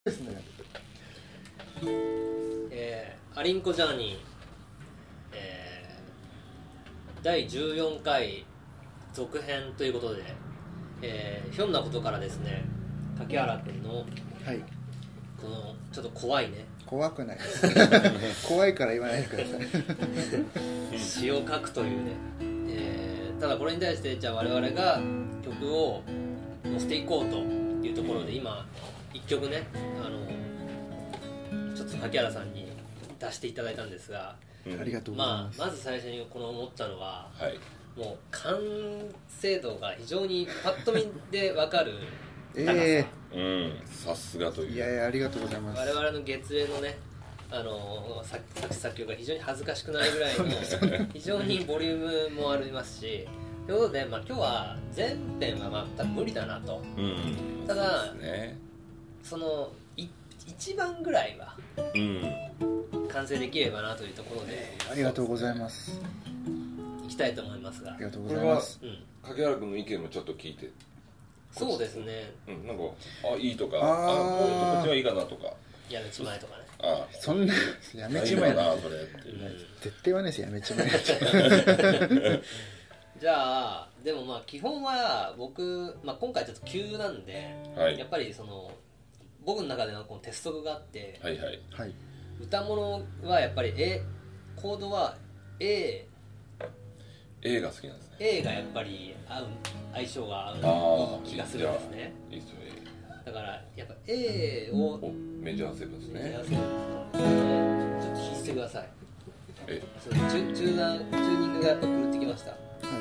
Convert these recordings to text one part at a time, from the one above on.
ですね。 アリンコジャーニー、第14回続編ということで、ひょんなことからですね、柿原くんのはい。 このちょっと怖いね怖くないです。怖いから言わないでください。 詩を書くというね、ただこれに対してじゃあ我々が曲を載せていこうというところで今1曲ね、ちょっと柿原さんに出していただいたんですが、 ありがとうございます。 まず最初にこの思ったのは、 はい、 もう完成度が非常にパッと見で分かる高さ、 さすがという。 いやいや、ありがとうございます。 我々の月齢のね、作曲が非常に恥ずかしくなるぐらいの非常にボリュームもありますし、ということで、今日は前編は多分無理だなと、ただそうですね、 その1番ぐらいは完成できればなというところで、 ありがとうございます。 いきたいと思いますが、 ありがとうございます。 柿原君の意見もちょっと聞いて。 そうですね、 なんかいいとか、こっちはいいかなとか、 やめちまえとかね、 そんなやめちまえなそれっていう、 絶対言わないですよ、やめちまえじゃあでも基本は僕、今回ちょっと急なんで、やっぱりその僕の中でのこの鉄則があって、 はいはいはい、 歌物はやっぱりコードは A が好きなんですね。 A がやっぱり相性が合う気がするんですね。 いいですよ。 だからやっぱ A をメジャーセブンですね。 メジャーセブンですね。ちょっと弾いてください。そのチューニングがやっぱ狂ってきました。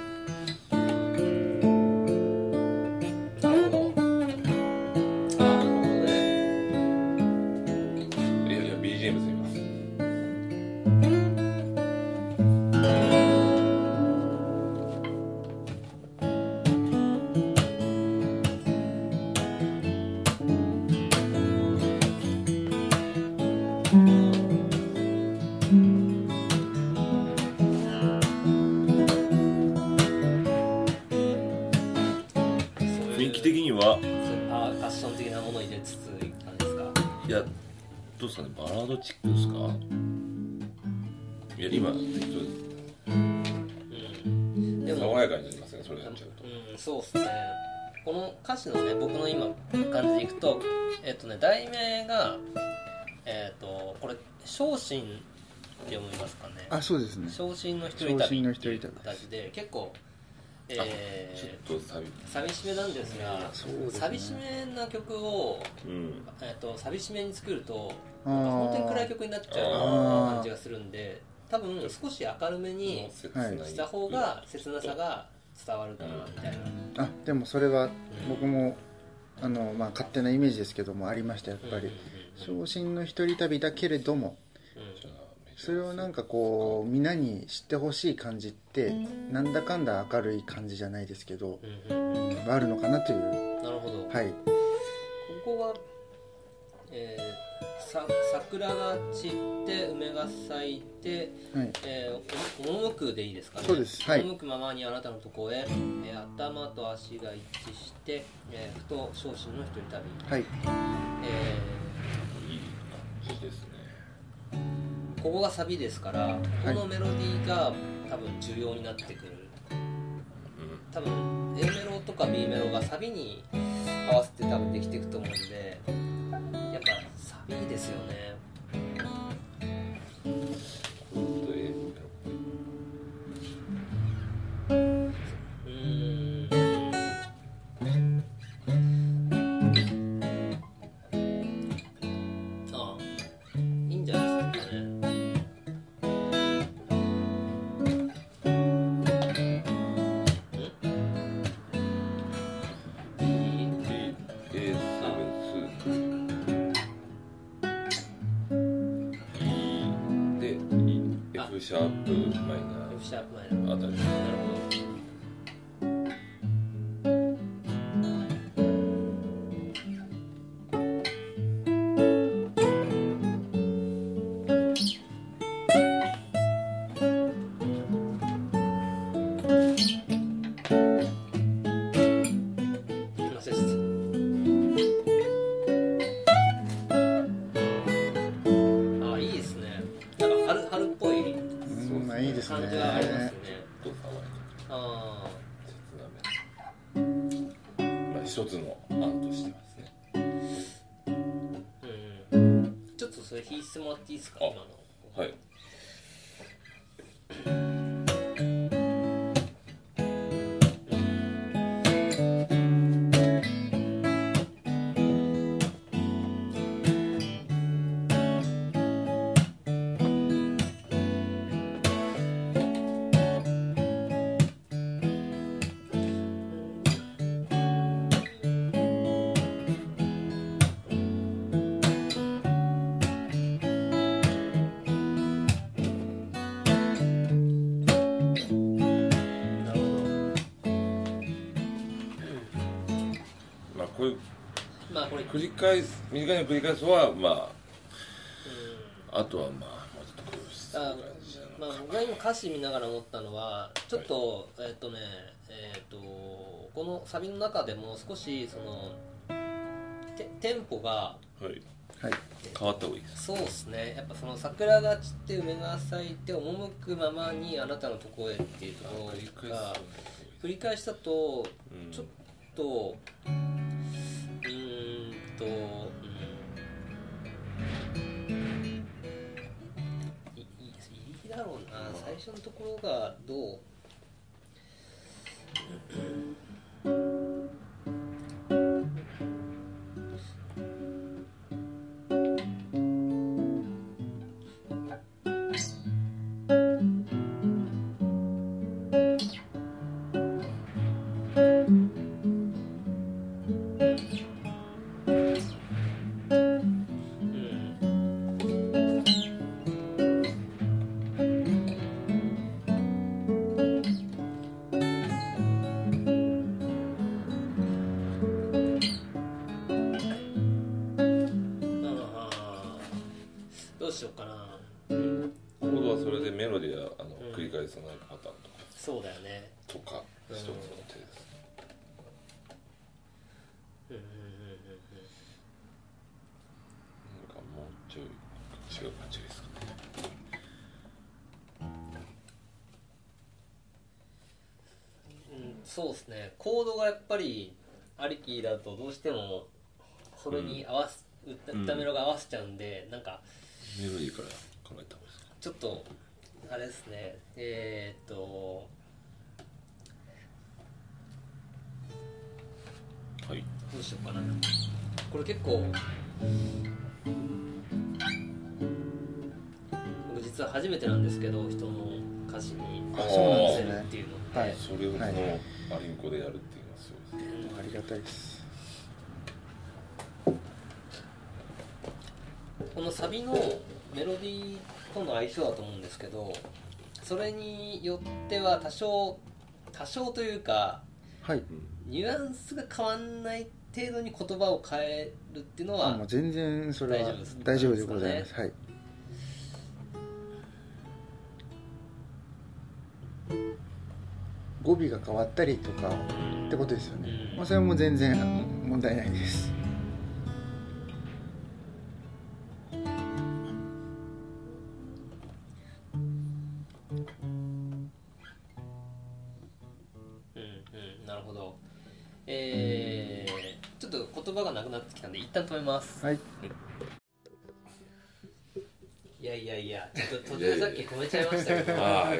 どうですかね、バラードチックですか。いや今でも爽やかになりますね、それやっちゃうと。 そうですね。この歌詞のね、僕の今感じでいくと、題名がこれ昇進って読みますかね。 そうですね。 昇進の一人旅っていう形で結構ちょっと寂しめなんですが、寂しめな曲を、寂しめに作ると本当に暗い曲になっちゃう感じがするんで、多分少し明るめにした方が切なさが伝わるかなみたいな。 でもそれは僕も勝手なイメージですけどもありました。やっぱり昇進の一人旅だけれども、それをなんかこうみんなに知ってほしい感じってなんだかんだ明るい感じじゃないですけど、あるのかなという。 なるほど。 はい。 ここは、桜が散って梅が咲いて、赴くでいいですかね。 そうです。はい。 赴くままにあなたのとこへ、頭と足が一致して、ふと昇進の一人旅。 はい。 いい感じですね。 ここがサビですから、このメロディーが多分重要になってくる。多分 A メロとか B メロがサビに合わせて多分できていくと思うんで、やっぱサビですよね。いいんじゃないですかね。 F シャープマイナーあたり。なるほど。 あ切なめ、まあ、一つの案としてますね。 ちょっとそれ弾いてもらっていいですか、今の。 はい。これ繰り返す、短いの繰り返すはまあ、あとはまあもうちょっと工夫して僕が今歌詞見ながら思ったのはちょっと、はい、このサビの中でも少しそのテンポが、 はいはい、変わった方がいいです。 そうですね。やっぱその桜が散って梅が咲いて赴くままにあなたのところへっていうところが繰り返したとちょっといいだろうな。最初のところがどうしようかな。 コードはそれでメロディーは繰り返さないパターンとか、 そうだよねとか一つの手です。なんかもうちょい違う感じですかね。そうですね。コードがやっぱりありきだとどうしてもそれに合わす、歌メロが合わせちゃうんで、なんかメロディーから考えたんですか。 ちょっとあれですね。 はい。 どうしようかな。これ結構僕実は初めてなんですけど、人の歌詞に合わせるっていうのって、 はい、それをこのアリンコでやるっていうのはすごいですね。 ありがたいです。 このサビのメロディーとの相性だと思うんですけど、それによっては多少というか、 はい、 ニュアンスが変わんない程度に言葉を変えるっていうのはもう全然それは大丈夫でございます。はい。語尾が変わったりとかってことですよね。まあ、それはもう全然問題ないです。 なるほど。ちょっと言葉がなくなってきたんで一旦止めます。 はい。 いやちょっと途中さっき止めちゃいましたけど。 あ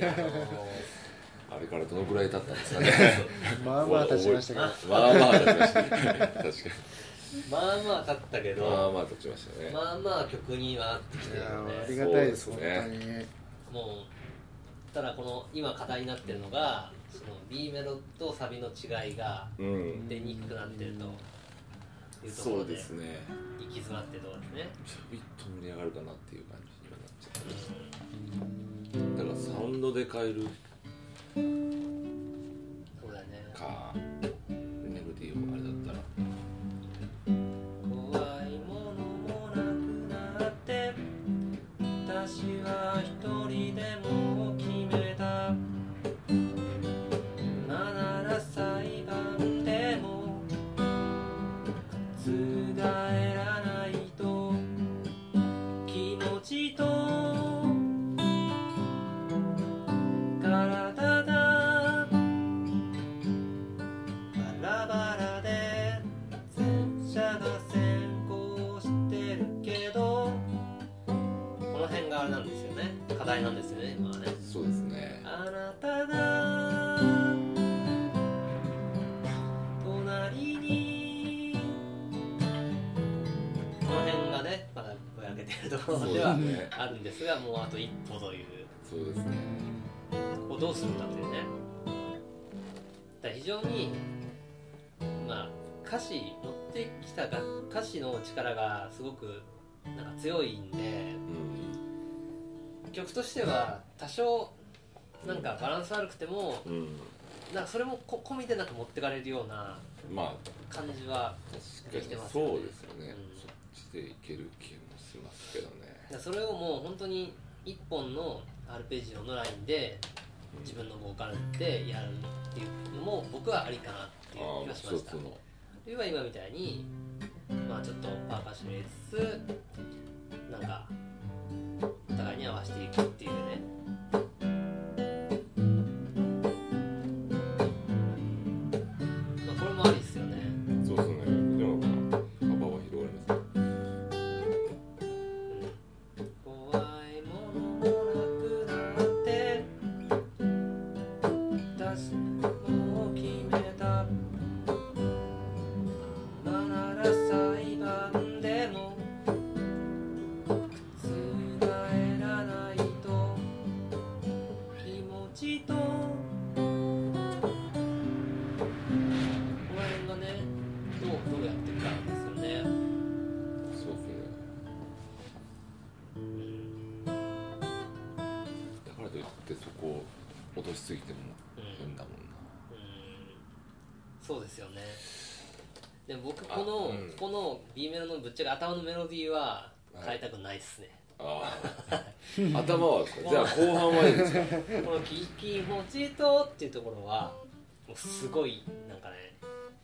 れからどのくらい経ったんですかね。 まあまあ経ちましたけど。 まあまあ経ちましたね。確かに。 まあまあ経ったけど。 まあまあ経ちましたね。 まあまあ曲には合ってきてるので。 ありがたいですね。 本当に。 もうただこの今課題になってるのが、その B メロとサビの違いが出にくくなってるというところで、そうですね。行き詰まってるところですね。 ちょびっと盛り上がるかなっていう感じにはなっちゃった。だからサウンドで変える。 そうだね。 かメロディーをあれだったら。 怖いものもなくなって私は一人でも決めた。今なら裁判でも覆らないと気持ちと体だれなんですよね、課題なんですよね今はね。 そうですね。 あなたが隣に、この辺がねまだぼやけてるところではあるんですが、もうあと一歩という。 そうですね。 ここどうするかというね。だから非常にまあ歌詞持ってきた歌詞の力がすごくなんか強いんで、曲としては多少なんかバランス悪くても、なんかそれも込みでなんか持ってかれるような感じはできてますよね。 そうですよね、そっちでいける気もしますけどね。 それをもう本当に一本のアルペジオのラインで自分のボーカルでやるっていうのも僕はありかなっていう気がしました。あるいは今みたいにまあちょっとパーカッション入れつつなんかお互いに合わせていくっていうね。まあこれもありですよね。 そうですね。でも幅は広がりますね。 怖いものもなくなって私もう決めた。今なら裁判でも覆らないと気持ちと、この辺がねどうやっていくかなんですよね。 そうですね。だからといってそこを落としすぎても変だもんな。 そうですよね。でも僕この B メロのぶっちゃけ頭のメロディーは変えたくないですね。 頭はですか。じゃあ後半はいいですか。 この気持ちとっていうところはもうすごいなんかね、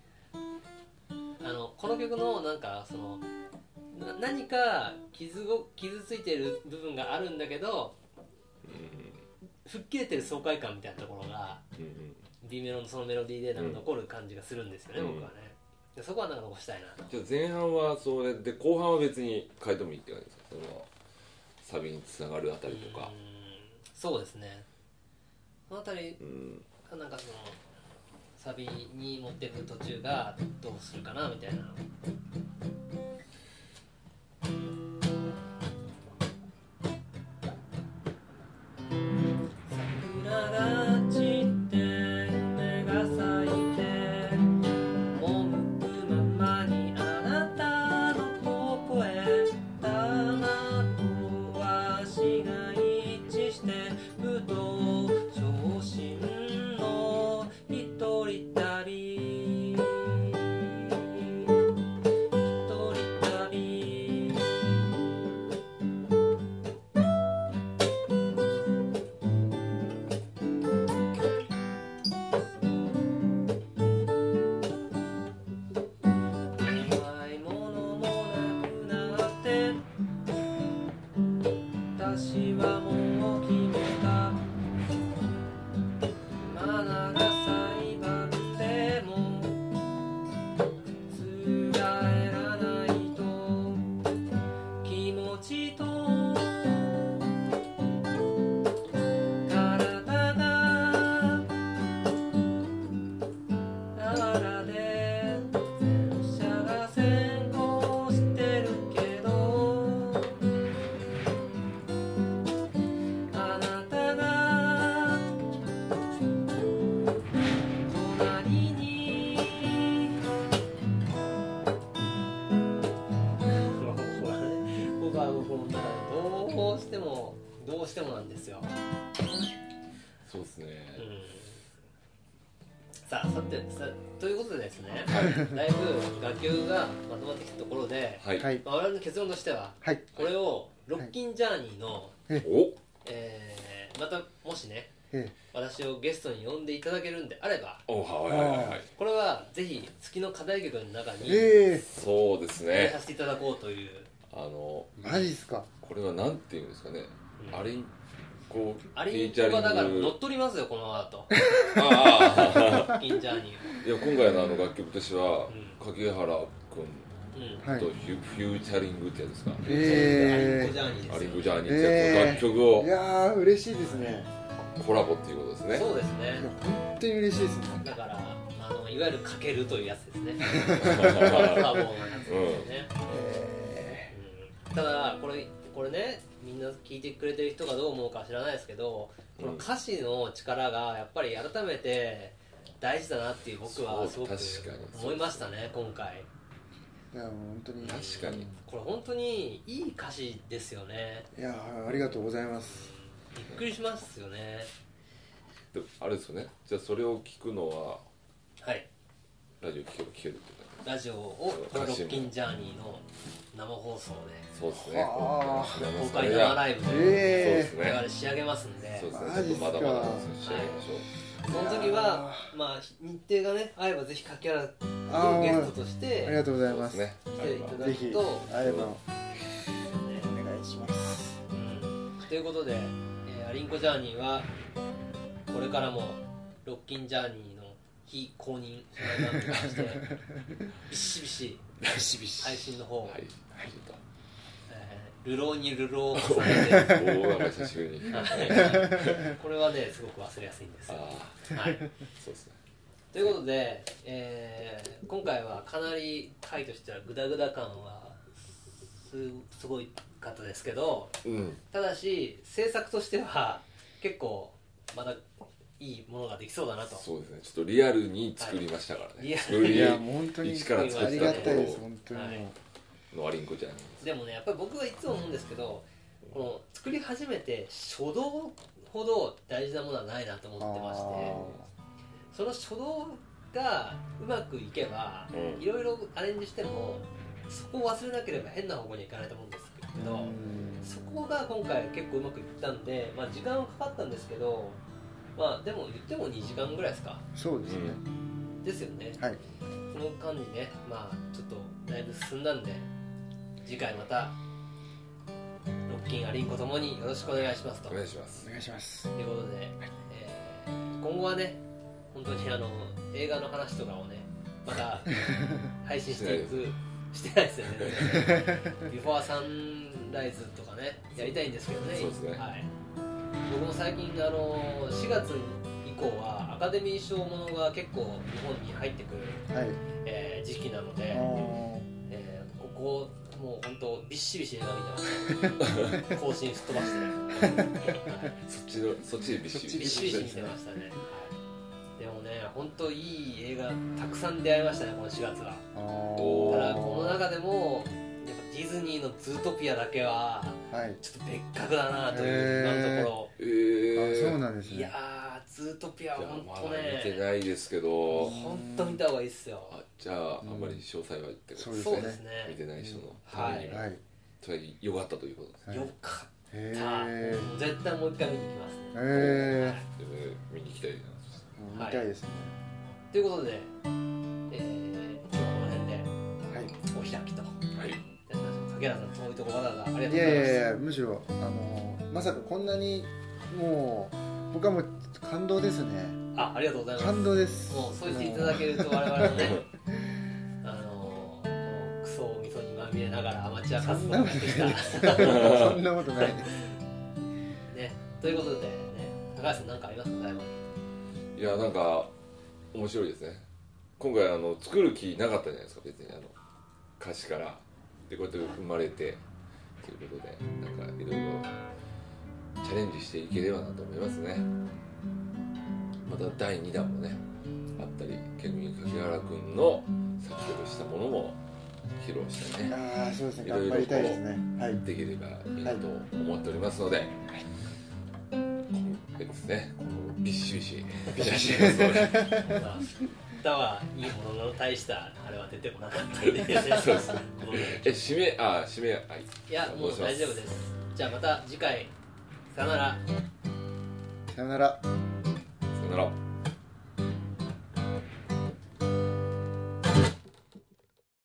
この曲のなんかその何か傷ついてる部分があるんだけど、吹っ切れてる爽快感みたいなところが B メロのそのメロディーでなんか残る感じがするんですよね、僕はね。でそこはなんか残したいなと。 じゃあ前半はそれで後半は別に変えてもいいって感じですか。そのサビにつながるあたりとか。 そうですね。そのあたりがなんかそのサビに持っていく途中がどうするかなみたいな。桜が散って芽が咲いて赴くままにあなたのここへ玉と足が一致してふと昇進の一人旅私はもう決めた。今なら裁判でも覆らないと気持ちと体があらで電車が先行してるけどあなたが隣に僕はこの中でどうしてもなんですよ。 そうですね。 さてということでですね、だいぶ楽曲がまとまってきたところで、我々の結論としては、これをロッキンジャーニーの、またもしね、私をゲストに呼んでいただけるんであれば、これはぜひ月の課題曲の中にそうですねさせていただこうという。 マジですか。 これはなんていうんですかね、アリンコアリンコがだから乗っ取りますよこの後。ロッキンジャーニー。 いや今回の楽曲としては、影原君とフューチャリングってやつですか。 アリンコジャーニーですよ。 アリンコジャーニーってやつの楽曲を、 いやー嬉しいですね。 コラボっていうことですね。 そうですね。 いや本当に嬉しいですね。 だからいわゆるかけるというやつですね。コラボのやつですね。ただこれね、みんな聞いてくれてる人がどう思うか知らないですけど、この歌詞の力がやっぱり改めて大事だなっていう僕はすごく思いましたね、今回。 いや本当に確かにこれ本当にいい歌詞ですよね。 いやありがとうございます。 びっくりしますよね。 であれですよね。じゃあそれを聞くのは、 はい、 ラジオ聞けるっていうか、 ラジオをロッキンジャーニーの生放送で、 そうですね、 公開生ライブで、そうですね、我々仕上げますんで、 そうですね、ちょっとまだまだ仕上げましょう。 その時は、まあ、日程がね合えばぜひ掛け合うゲストとしてありがとうございます。 来ていただくと、 ぜひ会えばお願いします。 ということで、アリンコジャーニーはこれからもロッキンジャーニーの非公認になってましてビシビシ配信の方、流浪に流浪を重ねて久しぶりにこれはねすごく忘れやすいんですよ。はい、 そうですね。 ということで、今回はかなり回としてはグダグダ感はすごいかったですけど、ただし制作としては結構まだいいものができそうだなと。 そうですね、ちょっとリアルに作りましたからね。 いや本当に一から作ったところありがたいです。本当にのアリンコちゃんでもね、やっぱり僕がいつも思うんですけど、この作り始めて初動ほど大事なものはないなと思ってまして、その初動がうまくいけばいろいろアレンジしてもそこを忘れなければ変な方向にはいかないと思うんですけど、そこが今回結構うまくいったんで、まあ、時間はかかったんですけど、まあでも言っても2時間ぐらいですか。 そうですね、 ですよね。 はい。 その間にね、まあちょっとだいぶ進んだんで、次回またロッキンアリンコともによろしくお願いしますと。 お願いします。 お願いします。 ということで、今後はね本当に映画の話とかをねまた配信していくしてないですよね。ビフォーサンライズとかねやりたいんですけどね。 そうですね。 はい。僕も最近4月以降はアカデミー賞ものが結構日本に入ってくる、 はい時期なので、ここもう本当ビッシビシ映画見てました更新すっ飛ばしてそっちでビッシビシ見てましたね。でもね本当いい映画たくさん出会いましたね、この4月は。ただこの中でもやっぱディズニーのズートピアだけはちょっと別格だなという今のところ。そうなんですね。 いやズートピアは本当ね見てないですけど本当見た方がいいですよ。 じゃああんまり詳細は言ってそうですね。 見てない人のはいそれ良かったということですね。 よかった絶対もう一回見に行きますね。 見に行きたいな。 見たいですね。 ということで今日はこの辺でお開きと。竹原さん、そういうとこわざわざありがとうございます。 いやむしろまさかこんなにもう僕はもう感動ですね。 ありがとうございます。 感動です。 もうそう言っていただけると我々もねクソを味噌にまみれながらアマチュア活動をやってきたそんなことないですね。ということでね、高橋さん何かありますか最後に。 いやなんか面白いですね。今回作る気なかったじゃないですか、別に歌詞からでこうやって生まれてということで、なんかいろいろチャレンジしていければなと思いますね。また第2弾もねあったり、ケグミン柿原君の作曲したものも披露してね、 そうですね、頑張りたいですね。 できればいいなと思っておりますので、今月ねこのビッシビシビシビシますので歌はいいものの大したあれは出てこなかったんでそうです締めいやもう大丈夫です。じゃあまた次回さよなら。 さよなら。 さよなら。